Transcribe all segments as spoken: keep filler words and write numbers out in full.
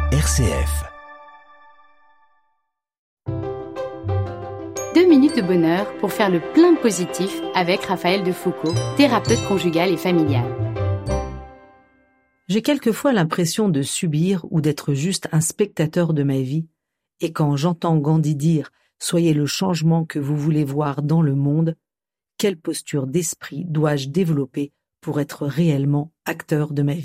R C F. Deux minutes de bonheur pour faire le plein de positif avec Raphaël Defoucault, thérapeute conjugal et familial. J'ai quelquefois l'impression de subir ou d'être juste un spectateur de ma vie, et quand j'entends Gandhi dire « Soyez le changement que vous voulez voir dans le monde », quelle posture d'esprit dois-je développer pour être réellement acteur de ma vie ?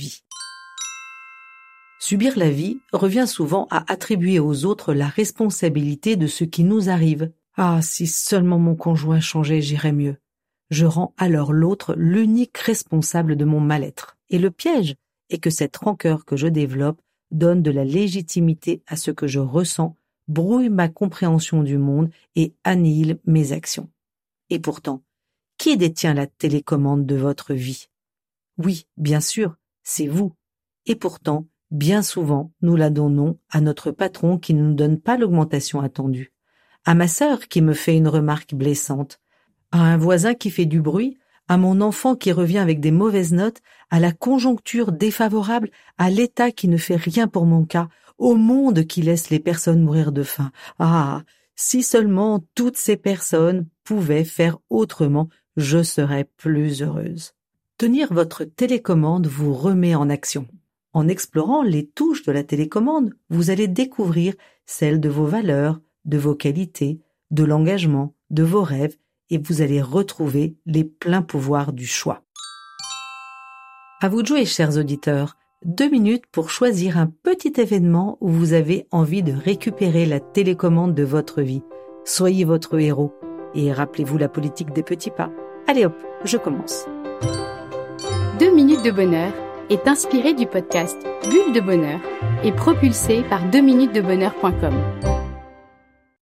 Subir la vie revient souvent à attribuer aux autres la responsabilité de ce qui nous arrive. Ah, si seulement mon conjoint changeait, j'irais mieux. Je rends alors l'autre l'unique responsable de mon mal-être. Et le piège est que cette rancœur que je développe donne de la légitimité à ce que je ressens, brouille ma compréhension du monde et annihile mes actions. Et pourtant, qui détient la télécommande de votre vie ? Oui, bien sûr, c'est vous. Et pourtant, bien souvent, nous la donnons à notre patron qui ne nous donne pas l'augmentation attendue, à ma sœur qui me fait une remarque blessante, à un voisin qui fait du bruit, à mon enfant qui revient avec des mauvaises notes, à la conjoncture défavorable, à l'État qui ne fait rien pour mon cas, au monde qui laisse les personnes mourir de faim. Ah, si seulement toutes ces personnes pouvaient faire autrement, je serais plus heureuse. Tenir votre télécommande vous remet en action. En explorant les touches de la télécommande, vous allez découvrir celles de vos valeurs, de vos qualités, de l'engagement, de vos rêves, et vous allez retrouver les pleins pouvoirs du choix. À vous de jouer, chers auditeurs. Deux minutes pour choisir un petit événement où vous avez envie de récupérer la télécommande de votre vie. Soyez votre héros et rappelez-vous la politique des petits pas. Allez hop, je commence. Deux minutes de bonheur est inspiré du podcast Bulle de bonheur et propulsé par deux minutes de bonheur point com.